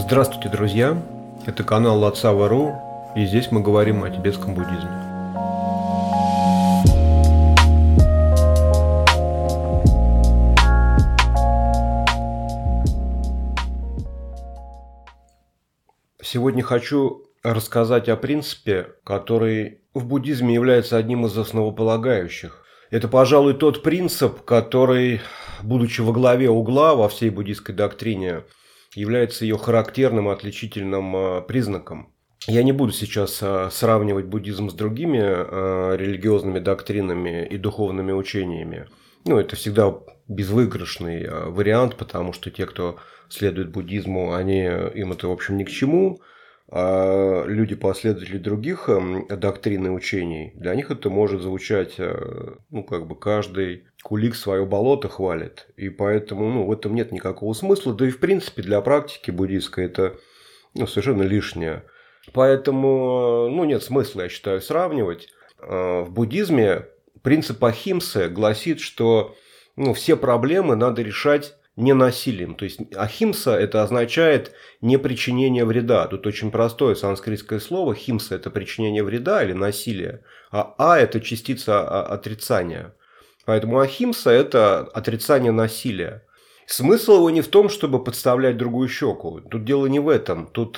Здравствуйте, друзья! Это канал Латсава.ру, и здесь мы говорим о тибетском буддизме. Сегодня хочу рассказать о принципе, который в буддизме является одним из основополагающих. Это, пожалуй, тот принцип, который, будучи во главе угла во всей буддийской доктрине, является ее характерным и отличительным признаком. Я не буду сейчас сравнивать буддизм с другими религиозными доктринами и духовными учениями. Это всегда безвыигрышный вариант, потому что те, кто следует буддизму, им это, в общем, ни к чему. А люди, последователи других доктрин и учений, для них это может звучать, каждый кулик свое болото хвалит. И поэтому в этом нет никакого смысла. Да и в принципе для практики буддийской это совершенно лишнее. Поэтому нет смысла, я считаю, сравнивать. В буддизме принцип ахимсы гласит, что все проблемы надо решать не насилием. То есть ахимса это означает не причинение вреда. Тут очень простое санскритское слово. Химса это причинение вреда или насилие. А это частица отрицания. Поэтому ахимса это отрицание насилия. Смысл его не в том, чтобы подставлять другую щеку. Тут дело не в этом. Тут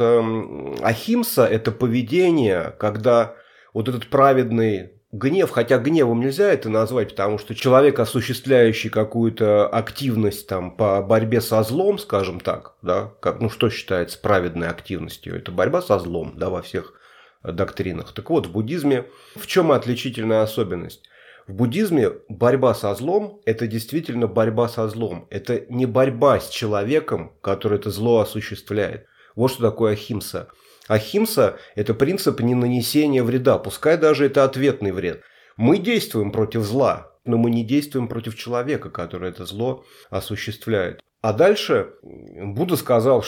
ахимса это поведение, когда вот этот праведный гнев, хотя гневом нельзя это назвать, потому что человек, осуществляющий какую-то активность по борьбе со злом, скажем так, да, что считается праведной активностью, это борьба со злом, да, во всех доктринах. Так вот, в буддизме в чем отличительная особенность? В буддизме борьба со злом – это действительно борьба со злом. Это не борьба с человеком, который это зло осуществляет. Вот что такое ахимса. Ахимса – это принцип ненанесения вреда, пускай даже это ответный вред. Мы действуем против зла, но мы не действуем против человека, который это зло осуществляет. А дальше Будда сказал,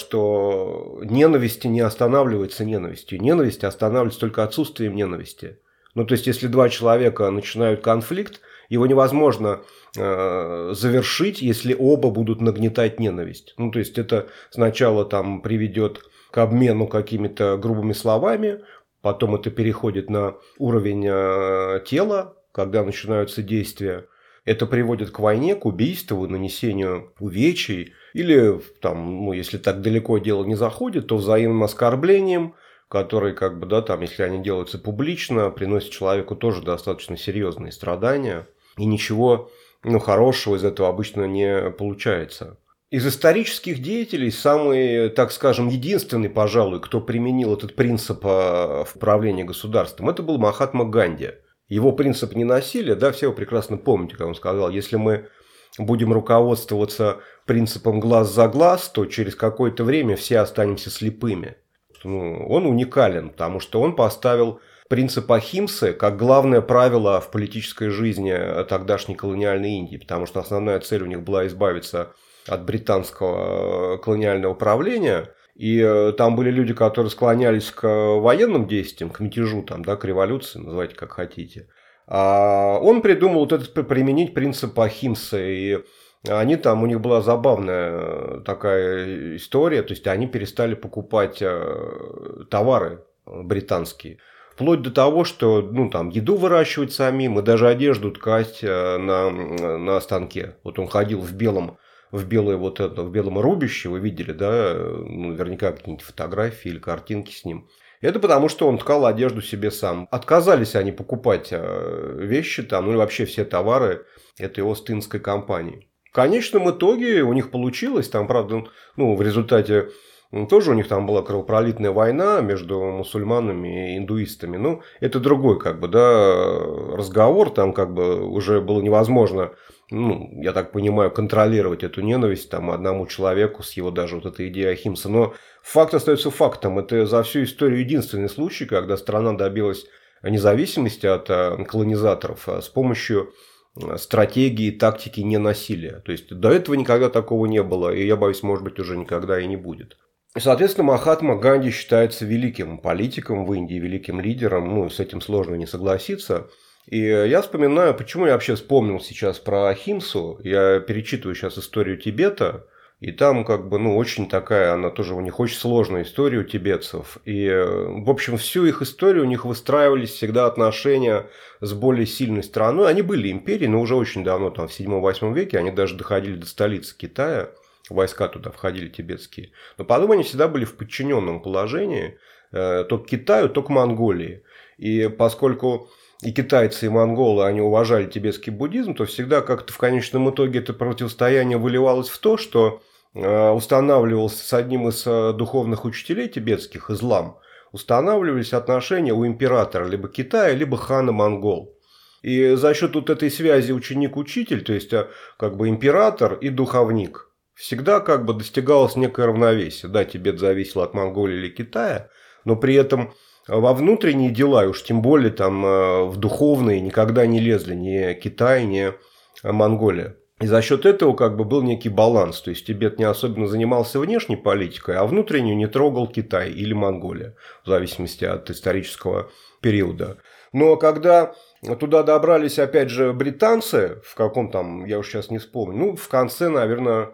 что ненависть не останавливается ненавистью. Ненависть останавливается только отсутствием ненависти. То есть, если два человека начинают конфликт, его невозможно завершить, если оба будут нагнетать ненависть. То есть, это сначала приведет к обмену какими-то грубыми словами, потом это переходит на уровень тела, когда начинаются действия. Это приводит к войне, к убийству, нанесению увечий, или, если так далеко дело не заходит, то взаимным оскорблением, которые, если они делаются публично, приносят человеку тоже достаточно серьезные страдания, и ничего хорошего из этого обычно не получается. Из исторических деятелей самый, так скажем, единственный, пожалуй, кто применил этот принцип в управлении государством, это был Махатма Ганди. Его принцип ненасилия, все его прекрасно помните, как он сказал, если мы будем руководствоваться принципом глаз за глаз, то через какое-то время все останемся слепыми. Он уникален, потому что он поставил принцип ахимсы как главное правило в политической жизни тогдашней колониальной Индии, потому что основная цель у них была избавиться от британского колониального правления, и там были люди, которые склонялись к военным действиям, к мятежу, к революции, называйте как хотите. А он придумал применить принцип ахимсы, и у них была забавная такая история, то есть они перестали покупать товары британские. Вплоть до того, что еду выращивать самим и даже одежду ткать на станке. Вот он ходил в белом рубище, вы видели, да, наверняка какие-нибудь фотографии или картинки с ним. Это потому, что он ткал одежду себе сам. Отказались они покупать вещи и вообще все товары этой Ост-Индской компании. В конечном итоге у них получилось, правда, в результате тоже у них была кровопролитная война между мусульманами и индуистами. Это другой, разговор, уже было невозможно, я так понимаю, контролировать эту ненависть одному человеку с его даже этой идеей ахимсы. Но факт остается фактом. Это за всю историю единственный случай, когда страна добилась независимости от колонизаторов с помощью стратегии, тактики ненасилия. То есть до этого никогда такого не было, и я боюсь, может быть, уже никогда и не будет. И, соответственно, Махатма Ганди считается великим политиком в Индии, великим лидером. С этим сложно не согласиться. И я вспоминаю, почему я вообще вспомнил сейчас про ахимсу. Я перечитываю сейчас историю Тибета. И там как бы, ну, очень такая, она тоже у них очень сложная история у тибетцев. И, в общем, всю их историю у них выстраивались всегда отношения с более сильной страной. Они были империей, но уже очень давно, там, в 7-8 веке, они даже доходили до столицы Китая. Войска туда входили тибетские. Но потом они всегда были в подчиненном положении. То к Китаю, то к Монголии. И поскольку и китайцы, и монголы, они уважали тибетский буддизм, то всегда как-то в конечном итоге это противостояние выливалось в то, что устанавливался с одним из духовных учителей тибетских, ислам, устанавливались отношения у императора либо Китая, либо хана монгол. И за счет вот этой связи ученик-учитель, то есть как бы император и духовник, всегда как бы достигалось некое равновесие. Да, Тибет зависел от Монголии или Китая, но при этом во внутренние дела, уж тем более там в духовные, никогда не лезли ни Китай, ни Монголия. И за счет этого как бы был некий баланс. То есть Тибет не особенно занимался внешней политикой, а внутреннюю не трогал Китай или Монголия, в зависимости от исторического периода. Но когда туда добрались опять же британцы, в каком там, я уж сейчас не вспомню, ну в конце, наверное,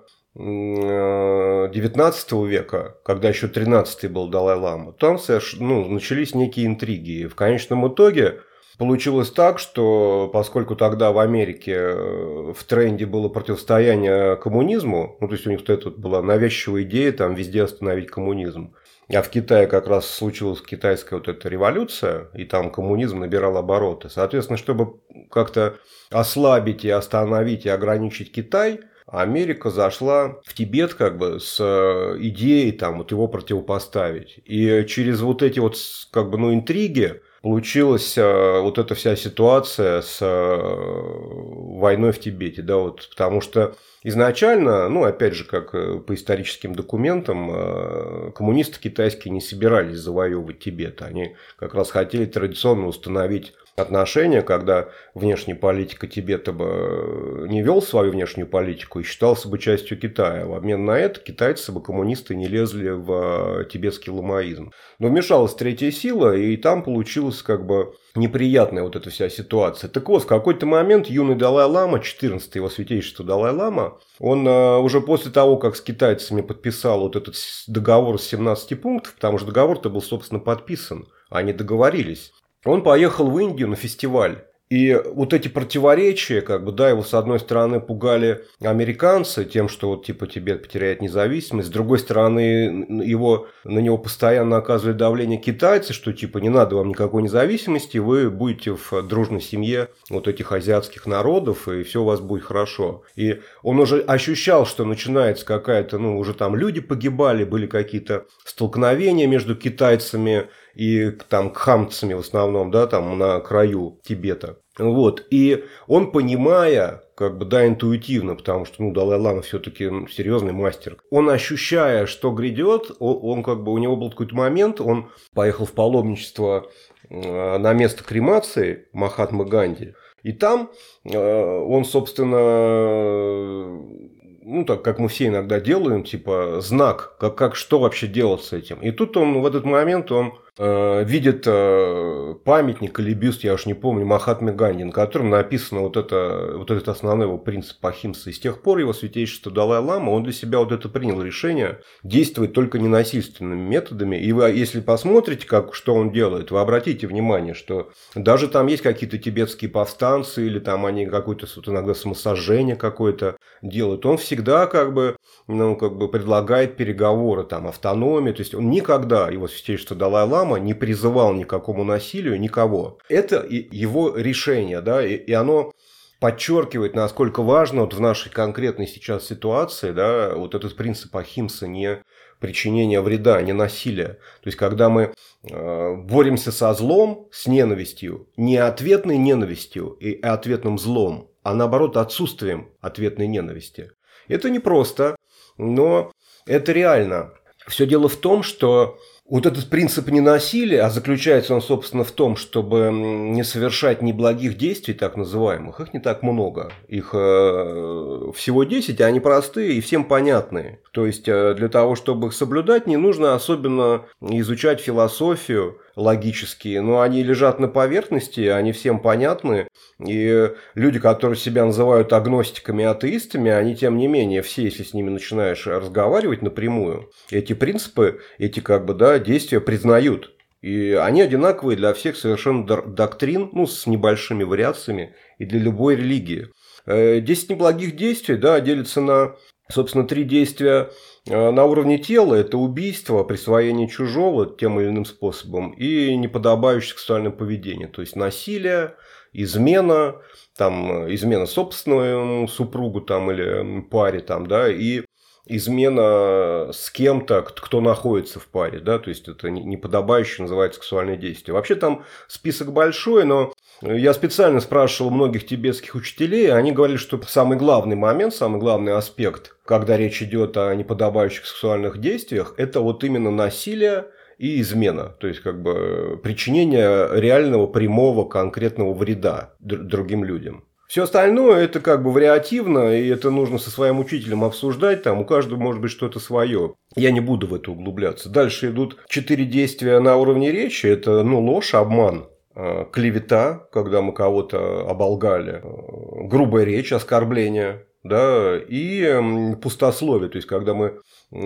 19 века, когда еще 13-й был Далай-лама, там начались некие интриги. И в конечном итоге получилось так, что поскольку тогда в Америке в тренде было противостояние коммунизму, ну то есть у них это была навязчивая идея там везде остановить коммунизм, а в Китае как раз случилась китайская вот эта революция, и там коммунизм набирал обороты. Соответственно, чтобы как-то ослабить и остановить и ограничить Китай, Америка зашла в Тибет как бы с идеей там вот его противопоставить. И через вот эти вот как бы интриги получилась вот эта вся ситуация с войной в Тибете, да, вот, потому что изначально, ну, опять же, как по историческим документам, коммунисты китайские не собирались завоевывать Тибет, они как раз хотели традиционно установить отношения, когда внешняя политика Тибета бы не вел свою внешнюю политику и считался бы частью Китая. В обмен на это китайцы бы, коммунисты, не лезли в тибетский ламаизм. Но вмешалась третья сила, и там получилась как бы неприятная вот эта вся ситуация. Так вот, в какой-то момент юный Далай-лама, 14-й его святейшество Далай-лама, он уже после того, как с китайцами подписал вот этот договор с 17 пунктов, потому что договор-то был, собственно, подписан, они договорились, он поехал в Индию на фестиваль. И вот эти противоречия, как бы, да, его с одной стороны пугали американцы тем, что вот типа Тибет потеряет независимость, с другой стороны на него постоянно оказывали давление китайцы, что типа не надо вам никакой независимости, вы будете в дружной семье вот этих азиатских народов, и все у вас будет хорошо. И он уже ощущал, что начинается какая-то, уже там люди погибали, были какие-то столкновения между китайцами и там кхамцами в основном, да, там на краю Тибета. Вот. И он, понимая, как бы, да, интуитивно, потому что, Далай-лама все-таки серьезный мастер, он, ощущая, что грядет, он как бы, у него был какой-то момент, он поехал в паломничество на место кремации Махатмы Ганди, и там он, собственно, так как мы все иногда делаем, типа знак, как что вообще делать с этим. И тут он в этот момент видит памятник или бюст, я уж не помню, Махатме Ганди, на котором написано вот этот основной его принцип ахимсы. И с тех пор его святейшество Далай-лама, он для себя вот это принял решение действовать только ненасильственными методами. И вы, если посмотрите, что он делает, вы обратите внимание, что даже там есть какие-то тибетские повстанцы, или там они какое-то иногда самосожжение какое-то делают. Он всегда как бы предлагает переговоры, там, автономию. То есть он никогда, его святейшество Далай-лама, не призывал ни к какому насилию, никого. Это его решение, да, и оно подчеркивает, насколько важно вот в нашей конкретной сейчас ситуации, да, вот этот принцип ахимсы, не причинения вреда, не насилия. То есть, когда мы боремся со злом, с ненавистью, не ответной ненавистью и ответным злом, а наоборот отсутствием ответной ненависти. Это непросто, но это реально. Все дело в том, что вот этот принцип ненасилия, а заключается он, собственно, в том, чтобы не совершать неблагих действий, так называемых, их не так много. Их всего 10, а они простые и всем понятные. То есть, для того, чтобы их соблюдать, не нужно особенно изучать философию, логические, но они лежат на поверхности, они всем понятны. И люди, которые себя называют агностиками и атеистами, они, тем не менее, все, если с ними начинаешь разговаривать напрямую, эти принципы, эти действия признают. И они одинаковые для всех совершенно доктрин, с небольшими вариациями, и для любой религии. 10 неблагих действий, делятся на, собственно, 3 действия на уровне тела. Это убийство, присвоение чужого тем или иным способом и неподобающее сексуальное поведение. То есть насилие, измена, измена собственному супругу или паре, и измена с кем-то, кто находится в паре, то есть это неподобающее называется сексуальное действие. Вообще там список большой, но я специально спрашивал многих тибетских учителей, они говорили, что самый главный момент, самый главный аспект, когда речь идет о неподобающих сексуальных действиях, это вот именно насилие и измена, то есть причинение реального, прямого, конкретного вреда другим людям. Все остальное это вариативно, и это нужно со своим учителем обсуждать, у каждого может быть что-то свое. Я не буду в это углубляться. Дальше идут 4 действия на уровне речи, это ложь, обман, клевета, когда мы кого-то оболгали, грубая речь, оскорбление, и пустословие, то есть когда мы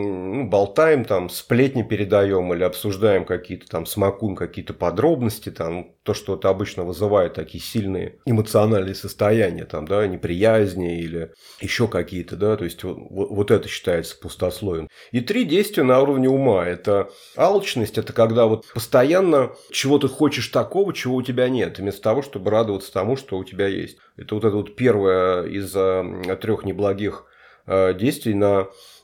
болтаем, сплетни передаем или обсуждаем какие-то смакуем какие-то подробности, то, что это обычно вызывает такие сильные эмоциональные состояния, неприязни или еще какие-то, то есть вот это считается пустословием. И 3 действия на уровне ума. Это алчность, это когда постоянно чего ты хочешь такого, чего у тебя нет, вместо того, чтобы радоваться тому, что у тебя есть. Это первое из 3 неблагих действий на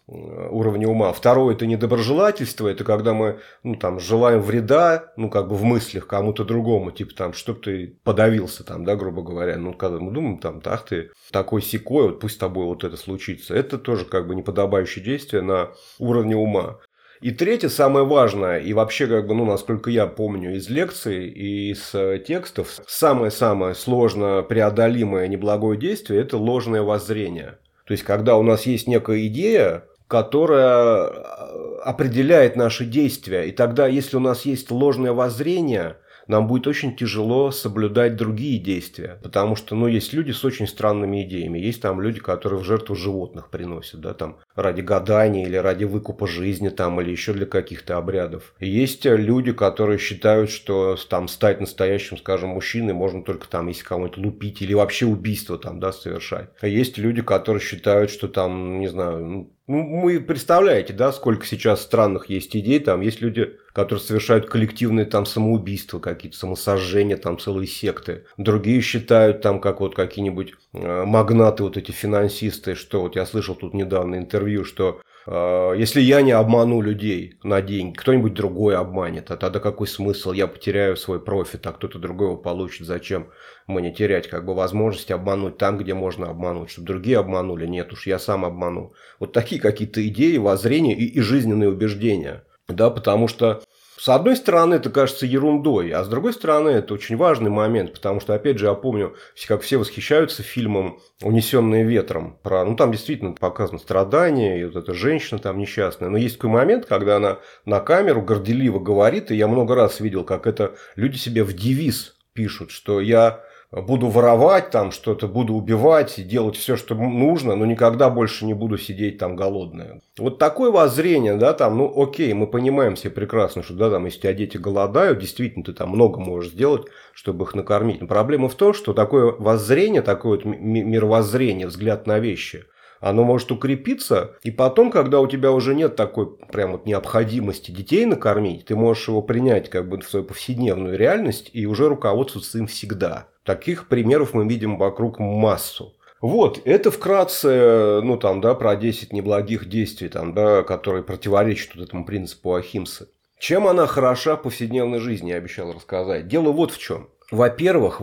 уровне ума. Второе – это недоброжелательство, это когда мы желаем вреда, в мыслях кому-то другому, чтобы ты подавился, грубо говоря, когда мы думаем, ах ты такой-сякой, пусть с тобой это случится. Это тоже неподобающее действие на уровне ума. И третье, самое важное, и вообще, насколько я помню из лекций и из текстов, самое-самое сложно преодолимое неблагое действие – это ложное воззрение. То есть, когда у нас есть некая идея, которая определяет наши действия. И тогда, если у нас есть ложное воззрение, нам будет очень тяжело соблюдать другие действия. Потому что, есть люди с очень странными идеями. Есть люди, которые в жертву животных приносят, ради гадания или ради выкупа жизни, или еще для каких-то обрядов. И есть люди, которые считают, что стать настоящим, скажем, мужчиной можно только если кого-нибудь лупить или вообще убийство совершать. А есть люди, которые считают, что не знаю, вы представляете, сколько сейчас странных есть идей. Есть люди, которые совершают коллективные самоубийства, какие-то самосожжения, целые секты. Другие считают, как какие-нибудь магнаты, эти финансисты, что я слышал тут недавно интервью, что если я не обману людей на деньги, кто-нибудь другой обманет. А тогда какой смысл? Я потеряю свой профит, а кто-то другой его получит. Зачем мне терять возможность обмануть там, где можно обмануть? Чтобы другие обманули? Нет уж, я сам обману. Такие какие-то идеи, воззрения и жизненные убеждения. Потому что с одной стороны, это кажется ерундой, а с другой стороны, это очень важный момент, потому что, опять же, я помню, как все восхищаются фильмом «Унесенные ветром». Там действительно показано страдание, и эта женщина несчастная. Но есть такой момент, когда она на камеру горделиво говорит, и я много раз видел, как это люди себе в девиз пишут, что я буду воровать, что-то буду убивать, делать все, что нужно, но никогда больше не буду сидеть голодная. Такое воззрение, окей, мы понимаем все прекрасно, что, если у тебя дети голодают, действительно, ты много можешь сделать, чтобы их накормить. Но проблема в том, что такое воззрение, такое мировоззрение, взгляд на вещи, оно может укрепиться, и потом, когда у тебя уже нет такой прям необходимости детей накормить, ты можешь его принять в свою повседневную реальность и уже руководствоваться им всегда. Таких примеров мы видим вокруг массу. Это вкратце, про 10 неблагих действий, которые противоречат этому принципу Ахимсы. Чем она хороша в повседневной жизни, я обещал рассказать. Дело в чем. Во-первых,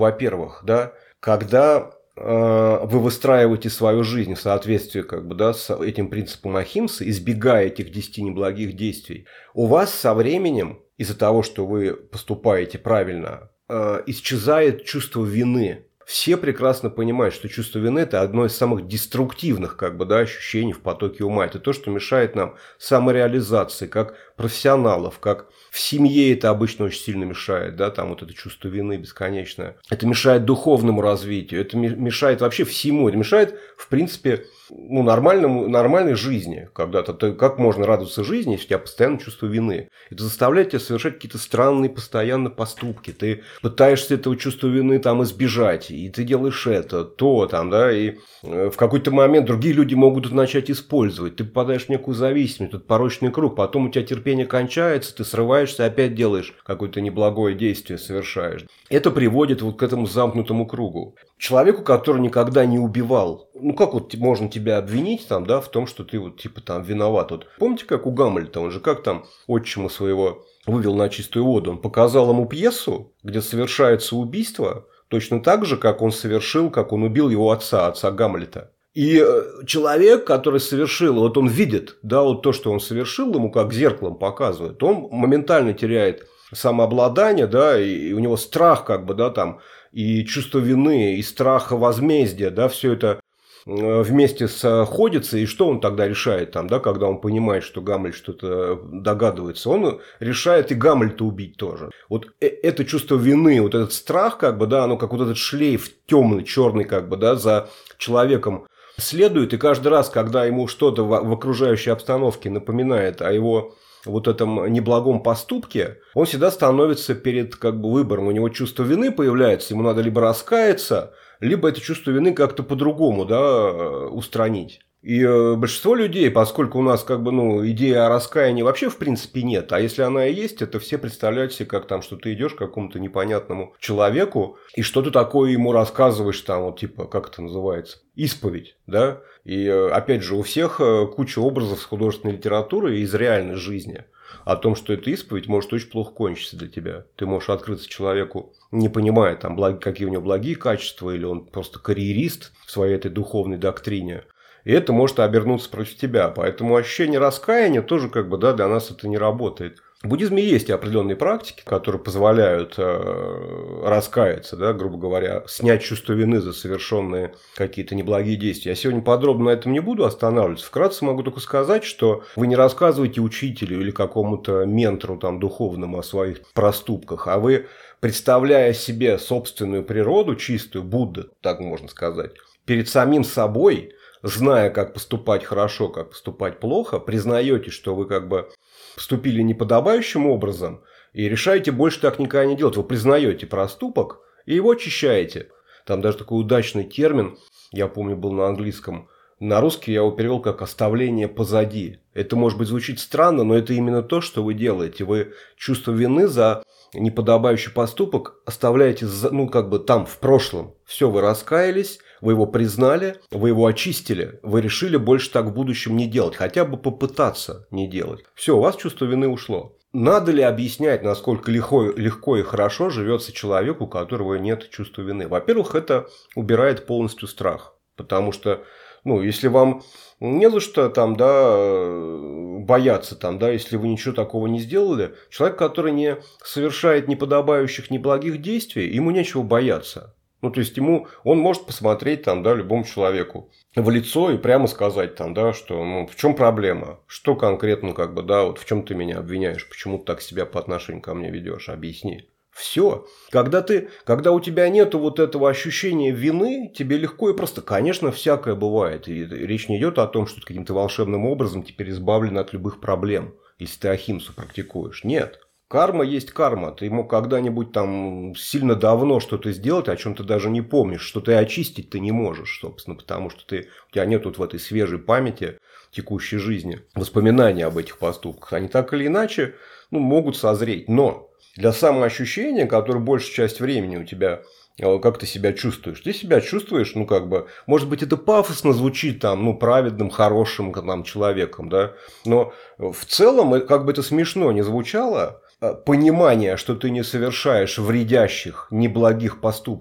когда вы выстраиваете свою жизнь в соответствии с этим принципом Ахимсы, избегая этих 10 неблагих действий, у вас со временем, из-за того, что вы поступаете правильно, исчезает чувство вины. все прекрасно понимают, что чувство вины – это одно из самых деструктивных ощущений в потоке ума. Это то, что мешает нам самореализации, как профессионалов, как в семье это обычно очень сильно мешает, там это чувство вины бесконечное. Это мешает духовному развитию, это мешает вообще всему, это мешает, в принципе, нормальной жизни. Когда-то как можно радоваться жизни, если у тебя постоянно чувство вины? Это заставляет тебя совершать какие-то странные постоянно поступки. Ты пытаешься этого чувства вины избежать, и ты делаешь это, и в какой-то момент другие люди могут это начать использовать. Ты попадаешь в некую зависимость, этот порочный круг, потом у тебя терпение кончается, ты срываешься, опять делаешь какое-то неблагое действие, совершаешь. Это приводит к этому замкнутому кругу. Человеку, который никогда не убивал, как можно тебя обвинить в том, что ты виноват. Помните, как у Гамлета, он же отчима своего вывел на чистую воду, он показал ему пьесу, где совершается убийство, точно так же, как он убил его отца Гамлета. И человек, который совершил, он видит, то, что он совершил, ему как зеркалом показывает, он моментально теряет самообладание, и у него страх, и чувство вины, и страх возмездия, все это вместе сходится, и что он тогда решает, когда он понимает, что Гамлет что-то догадывается, он решает и Гамлета убить тоже. Это чувство вины, этот страх, оно как этот шлейф темный, черный, за человеком следует, и каждый раз, когда ему что-то в окружающей обстановке напоминает о его этом неблагом поступке, он всегда становится перед выбором. У него чувство вины появляется, ему надо либо раскаяться, либо это чувство вины как-то по-другому устранить. И большинство людей, поскольку у нас идеи о раскаянии вообще в принципе нет, а если она и есть, это все представляют себе, что ты идешь к какому-то непонятному человеку и что-то такое ему рассказываешь, как это называется, исповедь, И опять же, у всех куча образов с художественной литературы и из реальной жизни о том, что эта исповедь может очень плохо кончиться для тебя. Ты можешь открыться человеку, не понимая, какие у него благие качества, или он просто карьерист в своей этой духовной доктрине. И это может обернуться против тебя. Поэтому ощущение раскаяния тоже для нас это не работает. В буддизме есть определенные практики, которые позволяют раскаяться, грубо говоря, снять чувство вины за совершенные какие-то неблагие действия. Я сегодня подробно на этом не буду останавливаться. Вкратце могу только сказать, что вы не рассказываете учителю или какому-то ментору духовному о своих проступках, а вы, представляя себе собственную природу, чистую, Будда, так можно сказать, перед самим собой, зная, как поступать хорошо, как поступать плохо, признаете, что вы поступили неподобающим образом и решаете больше так никогда не делать. Вы признаете проступок и его очищаете. Там даже такой удачный термин, я помню, был на английском. На русский я его перевел как «оставление позади». Это, может быть, звучит странно, но это именно то, что вы делаете. Вы чувство вины за неподобающий поступок оставляете там, в прошлом. Все, вы раскаялись, вы его признали, вы его очистили, вы решили больше так в будущем не делать, хотя бы попытаться не делать. Все, у вас чувство вины ушло. Надо ли объяснять, насколько легко и хорошо живется человеку, у которого нет чувства вины? Во-первых, это убирает полностью страх, потому что если вам не за что бояться, если вы ничего такого не сделали, человек, который не совершает неподобающих, неблагих действий, ему нечего бояться. То есть он может посмотреть любому человеку в лицо и прямо сказать что в чем проблема, что конкретно в чем ты меня обвиняешь, почему ты так себя по отношению ко мне ведешь, объясни. Все. Когда у тебя нету этого ощущения вины, тебе легко и просто, конечно, всякое бывает. И речь не идет о том, что ты каким-то волшебным образом теперь избавлен от любых проблем, если ты ахимсу практикуешь. Нет. Карма есть карма. Ты мог когда-нибудь сильно давно что-то сделать, о чем ты даже не помнишь, что ты очистить ты не можешь, собственно, потому что у тебя нет в этой свежей памяти текущей жизни воспоминаний об этих поступках. Они так или иначе могут созреть. Но для самоощущения, которое большую часть времени у тебя, как ты себя чувствуешь? Ты себя чувствуешь, может быть, это пафосно звучит праведным, хорошим человеком, но в целом, как бы это смешно не звучало, понимание, что ты не совершаешь вредящих, неблагих поступков,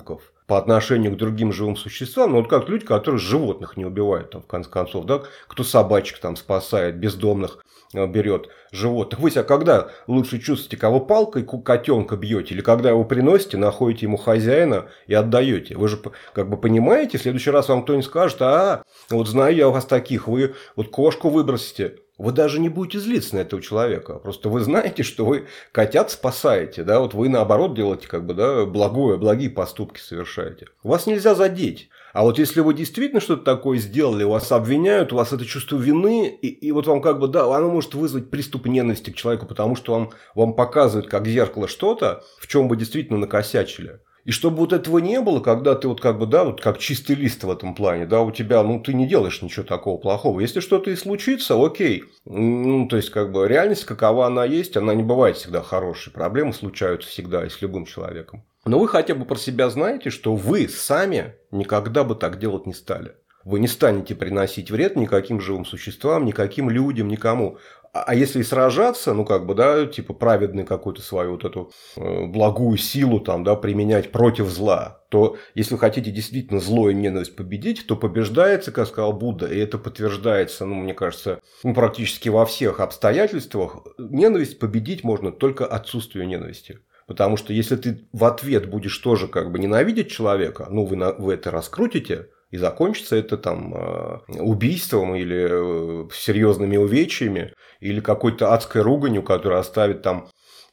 по отношению к другим живым существам, ну, вот как люди, которые животных не убивают, там, в конце концов, да, кто собачек там спасает, бездомных берет, животных. Вы себя когда лучше чувствуете, кого палкой котенка бьете, или когда его приносите, находите ему хозяина и отдаете? Вы же как бы понимаете, в следующий раз вам кто-нибудь скажет: вот знаю я у вас таких, вы вот кошку выбросите. Вы даже не будете злиться на этого человека. Просто вы знаете, что вы котят спасаете. Да? Вот вы наоборот делаете как бы, да, благие поступки совершаете. Вас нельзя задеть. А вот если вы действительно что-то такое сделали, вас обвиняют, у вас это чувство вины, и вот вам как бы, да, оно может вызвать приступ ненависти к человеку, потому что вам показывают как зеркало что-то, в чем вы действительно накосячили. И чтобы вот этого не было, когда ты вот как бы, да, вот как чистый лист в этом плане, да, у тебя, ну, ты не делаешь ничего такого плохого. Если что-то и случится, окей. Ну, то есть, как бы, реальность, какова она есть, она не бывает всегда хорошей. Проблемы случаются всегда и с любым человеком. Но вы хотя бы про себя знаете, что вы сами никогда бы так делать не стали. Вы не станете приносить вред никаким живым существам, никаким людям, никому. А если и сражаться, ну, как бы, да, типа праведную какую-то свою вот эту благую силу там, да, применять против зла, то если вы хотите действительно зло и ненависть победить, то побеждается, как сказал Будда, и это подтверждается, ну, мне кажется, ну, практически во всех обстоятельствах. Ненависть победить можно только отсутствием ненависти. Потому что если ты в ответ будешь тоже как бы ненавидеть человека, ну, вы это раскрутите, и закончится это там убийством или серьезными увечьями, или какой-то адской руганью, которая оставит там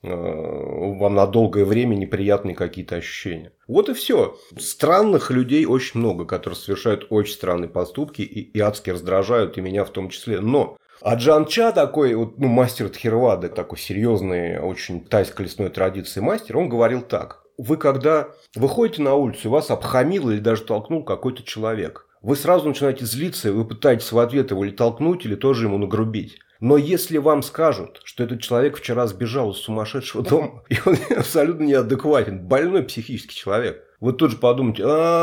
вам на долгое время неприятные какие-то ощущения. Вот и все. Странных людей очень много, которые совершают очень странные поступки и адски раздражают, и меня в том числе. Но Аджан Ча, такой вот, ну, мастер Тхеравады, такой серьезный, очень тайской лесной традиции мастер, он говорил так. Вы когда выходите на улицу, и вас обхамил или даже толкнул какой-то человек, вы сразу начинаете злиться, и вы пытаетесь в ответ его или толкнуть, или тоже ему нагрубить. Но если вам скажут, что этот человек вчера сбежал из сумасшедшего дома, и он абсолютно неадекватен, больной психический человек, вы тут же подумаете: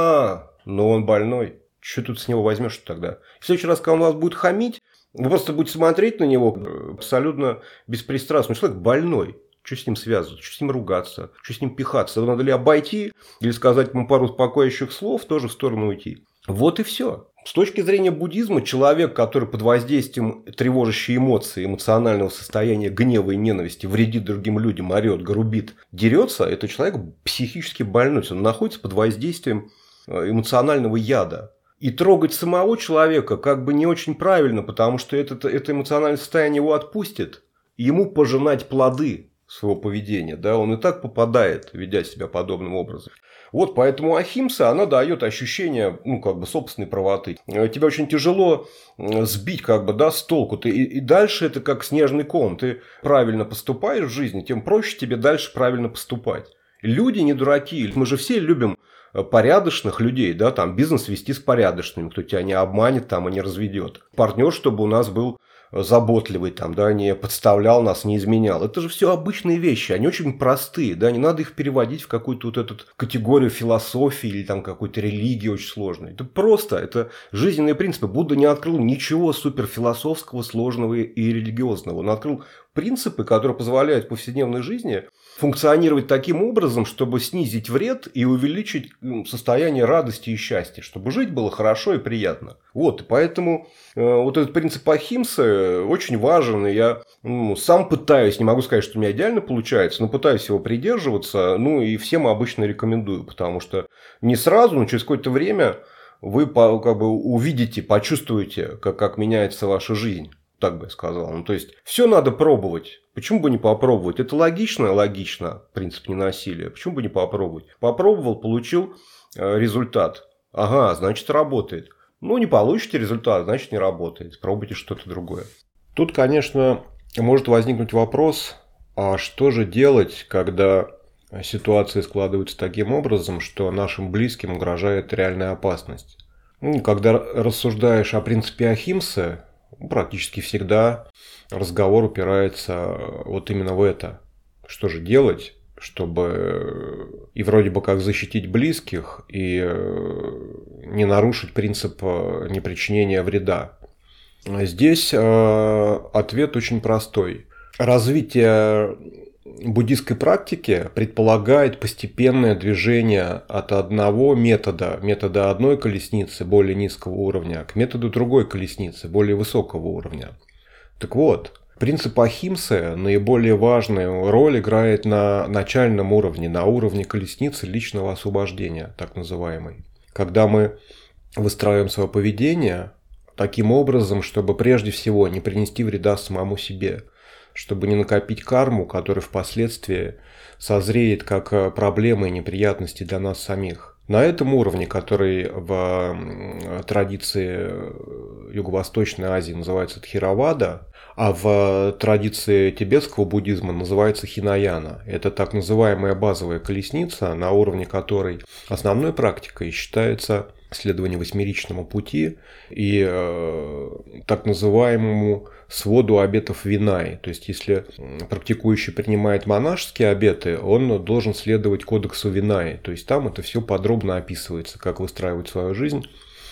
но он больной, что тут с него возьмешь тогда? В следующий раз, когда он вас будет хамить, вы просто будете смотреть на него абсолютно беспристрастно. Человек больной. Что с ним связываться, что с ним ругаться, что с ним пихаться? Надо ли обойти или сказать ему пару успокаивающих слов, тоже в сторону уйти? Вот и все. С точки зрения буддизма, человек, который под воздействием тревожащей эмоции, эмоционального состояния гнева и ненависти вредит другим людям, орет, грубит, дерется, это человек психически больной. Он находится под воздействием эмоционального яда. И трогать самого человека как бы не очень правильно, потому что это эмоциональное состояние его отпустит, и ему пожинать плоды своего поведения, да, он и так попадает, ведя себя подобным образом. Вот, поэтому ахимса, она дает ощущение, ну, как бы, собственной правоты. Тебя очень тяжело сбить, как бы, да, с толку. И дальше это как снежный ком. Ты правильно поступаешь в жизни, тем проще тебе дальше правильно поступать. Люди не дураки. Мы же все любим порядочных людей, да, там, бизнес вести с порядочными, кто тебя не обманет там и не разведет. Партнер, чтобы у нас был заботливый, там, да, не подставлял нас, не изменял. Это же все обычные вещи, они очень простые, да, не надо их переводить в какую-то вот эту категорию философии или там какой-то религии очень сложной. Это просто, это жизненные принципы. Будда не открыл ничего суперфилософского, сложного и религиозного. Он открыл принципы, которые позволяют в повседневной жизни функционировать таким образом, чтобы снизить вред и увеличить состояние радости и счастья, чтобы жить было хорошо и приятно. Вот, поэтому вот этот принцип ахимсы очень важен, и я сам пытаюсь, не могу сказать, что у меня идеально получается, но пытаюсь его придерживаться, ну и всем обычно рекомендую, потому что не сразу, но через какое-то время вы как бы увидите, почувствуете, как меняется ваша жизнь. Так бы я сказал. Ну, то есть, все надо пробовать. Почему бы не попробовать? Это логично? Логично. Принцип ненасилия. Почему бы не попробовать? Попробовал, получил результат. Ага, значит, работает. Ну, не получите результат, значит, не работает. Пробуйте что-то другое. Тут, конечно, может возникнуть вопрос, а что же делать, когда ситуация складывается таким образом, что нашим близким угрожает реальная опасность? Ну, когда рассуждаешь о принципе ахимсы, практически всегда разговор упирается вот именно в это. Что же делать, чтобы и вроде бы как защитить близких, и не нарушить принцип непричинения вреда? Здесь ответ очень простой. Развитие буддистской практике предполагает постепенное движение от одного метода одной колесницы более низкого уровня, к методу другой колесницы более высокого уровня. Так вот, принцип ахимсы наиболее важную роль играет на начальном уровне, на уровне колесницы личного освобождения, так называемой. Когда мы выстраиваем свое поведение таким образом, чтобы прежде всего не принести вреда самому себе, чтобы не накопить карму, которая впоследствии созреет как проблемы и неприятности для нас самих. На этом уровне, который в традиции Юго-Восточной Азии называется Тхеравада, а в традиции тибетского буддизма называется Хинаяна. Это так называемая базовая колесница, на уровне которой основной практикой считается следование восьмеричному пути и так называемому своду обетов Винаи. То есть, если практикующий принимает монашеские обеты, он должен следовать кодексу Винаи. То есть, там это все подробно описывается, как выстраивать свою жизнь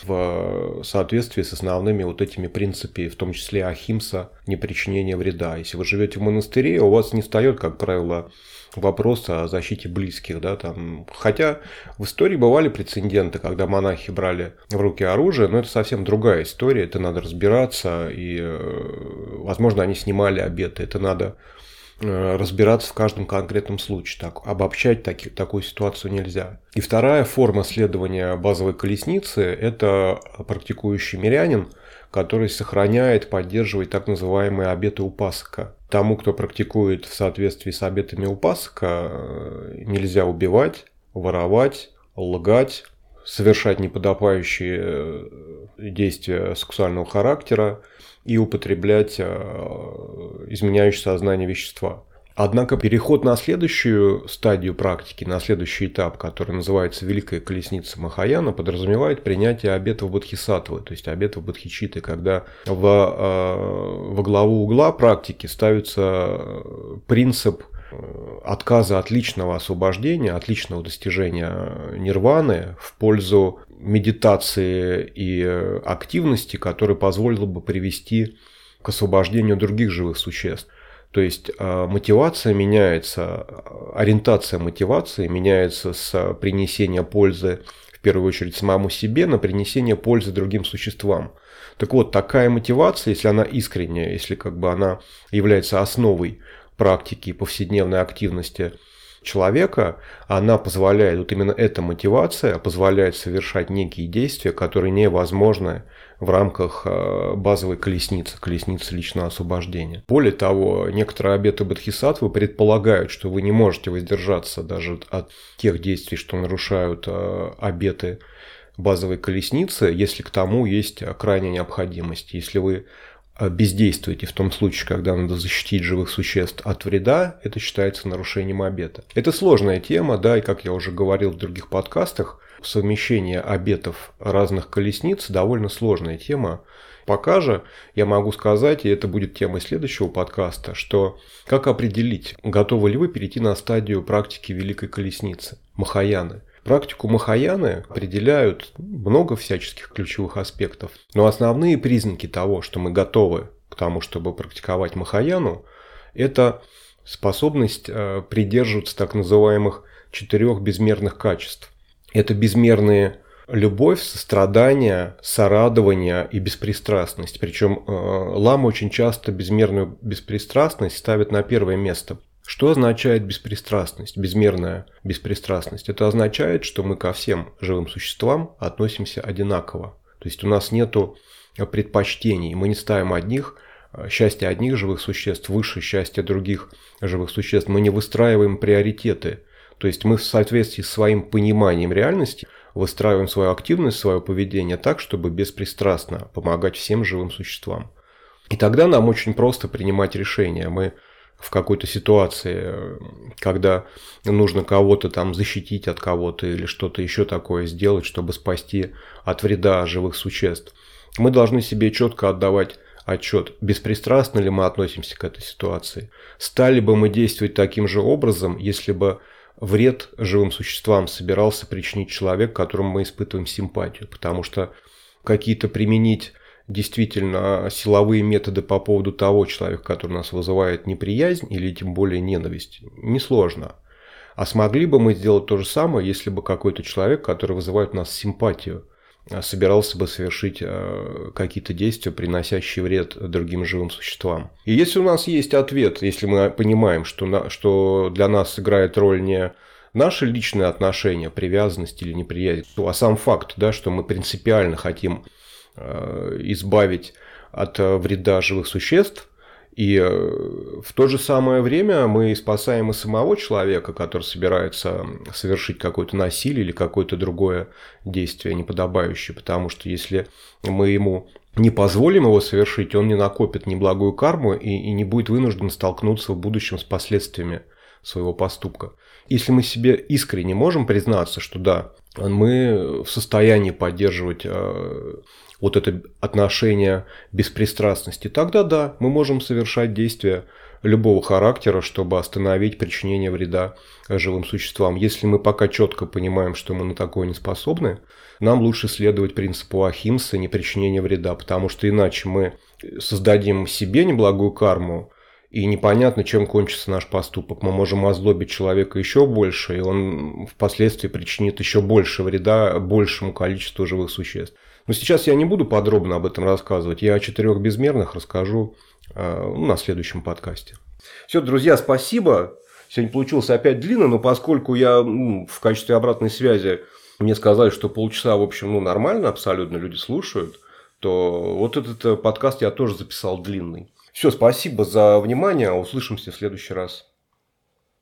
в соответствии с основными вот этими принципами, в том числе ахимса, непричинение вреда. Если вы живете в монастыре, у вас не встает, как правило, вопрос о защите близких. Да, там. Хотя в истории бывали прецеденты, когда монахи брали в руки оружие, но это совсем другая история, это надо разбираться, и, возможно, они снимали обеты, это надо разбираться в каждом конкретном случае. Так, обобщать такую ситуацию нельзя. И вторая форма следования базовой колесницы – это практикующий мирянин, который сохраняет, поддерживает так называемые обеты упасака. Тому, кто практикует в соответствии с обетами упасака, нельзя убивать, воровать, лгать, совершать неподобающие действия сексуального характера и употреблять изменяющие сознание вещества. Однако переход на следующую стадию практики, на следующий этап, который называется Великая колесница Махаяна, подразумевает принятие обетов бодхисаттвы, то есть обетов бодхичитты, когда во главу угла практики ставится принцип отказа от личного освобождения, от личного достижения нирваны в пользу медитации и активности, которая позволила бы привести к освобождению других живых существ. То есть мотивация меняется, ориентация мотивации меняется с принесения пользы, в первую очередь, самому себе, на принесение пользы другим существам. Так вот, такая мотивация, если она искренняя, если она является основой практики и повседневной активности человека, она позволяет, вот именно эта мотивация позволяет совершать некие действия, которые невозможны в рамках базовой колесницы личного освобождения. Более того, некоторые обеты бодхисаттвы предполагают, что вы не можете воздержаться даже от тех действий, что нарушают обеты базовой колесницы, если к тому есть крайняя необходимость. Если вы бездействуете в том случае, когда надо защитить живых существ от вреда, это считается нарушением обета. Это сложная тема, да, и как я уже говорил в других подкастах, совмещение обетов разных колесниц довольно сложная тема. Пока же я могу сказать, и это будет темой следующего подкаста, что как определить, готовы ли вы перейти на стадию практики Великой колесницы, Махаяны. Практику Махаяны определяют много всяческих ключевых аспектов, но основные признаки того, что мы готовы к тому, чтобы практиковать Махаяну, это способность придерживаться так называемых 4 безмерных качеств. Это безмерные любовь, сострадание, сорадование и беспристрастность. Причем ламы очень часто безмерную беспристрастность ставят на первое место. Что означает беспристрастность, безмерная беспристрастность? Это означает, что мы ко всем живым существам относимся одинаково. То есть у нас нет предпочтений, мы не ставим счастье одних живых существ выше счастья других живых существ. Мы не выстраиваем приоритеты. То есть мы в соответствии с своим пониманием реальности выстраиваем свою активность, свое поведение так, чтобы беспристрастно помогать всем живым существам. И тогда нам очень просто принимать решения. Мы в какой-то ситуации, когда нужно кого-то там защитить от кого-то или что-то еще такое сделать, чтобы спасти от вреда живых существ, мы должны себе четко отдавать отчет, беспристрастно ли мы относимся к этой ситуации. Стали бы мы действовать таким же образом, если бы вред живым существам собирался причинить человек, которому мы испытываем симпатию. Потому что какие-то применить действительно силовые методы по поводу того человека, который нас вызывает неприязнь или тем более ненависть, несложно. А смогли бы мы сделать то же самое, если бы какой-то человек, который вызывает у нас симпатию, собирался бы совершить какие-то действия, приносящие вред другим живым существам. И если у нас есть ответ, если мы понимаем, что для нас играет роль не наши личные отношения, привязанность или неприязнь, а сам факт, да, что мы принципиально хотим избавить от вреда живых существ, и в то же самое время мы спасаем и самого человека, который собирается совершить какое-то насилие или какое-то другое действие неподобающее. Потому что если мы ему не позволим его совершить, он не накопит неблагую карму и не будет вынужден столкнуться в будущем с последствиями своего поступка. Если мы себе искренне можем признаться, что да, мы в состоянии поддерживать вот это отношение беспристрастности, тогда да, мы можем совершать действия любого характера, чтобы остановить причинение вреда живым существам. Если мы пока четко понимаем, что мы на такое не способны, нам лучше следовать принципу ахимсы, не причинения вреда, потому что иначе мы создадим себе неблагую карму, и непонятно, чем кончится наш поступок. Мы можем озлобить человека еще больше, и он впоследствии причинит еще больше вреда большему количеству живых существ. Но сейчас я не буду подробно об этом рассказывать. Я о 4 безмерных расскажу на следующем подкасте. Все, друзья, спасибо. Сегодня получилось опять длинно, но поскольку я в качестве обратной связи мне сказали, что полчаса, в общем, нормально абсолютно, люди слушают, то вот этот подкаст я тоже записал длинный. Все, спасибо за внимание. Услышимся в следующий раз.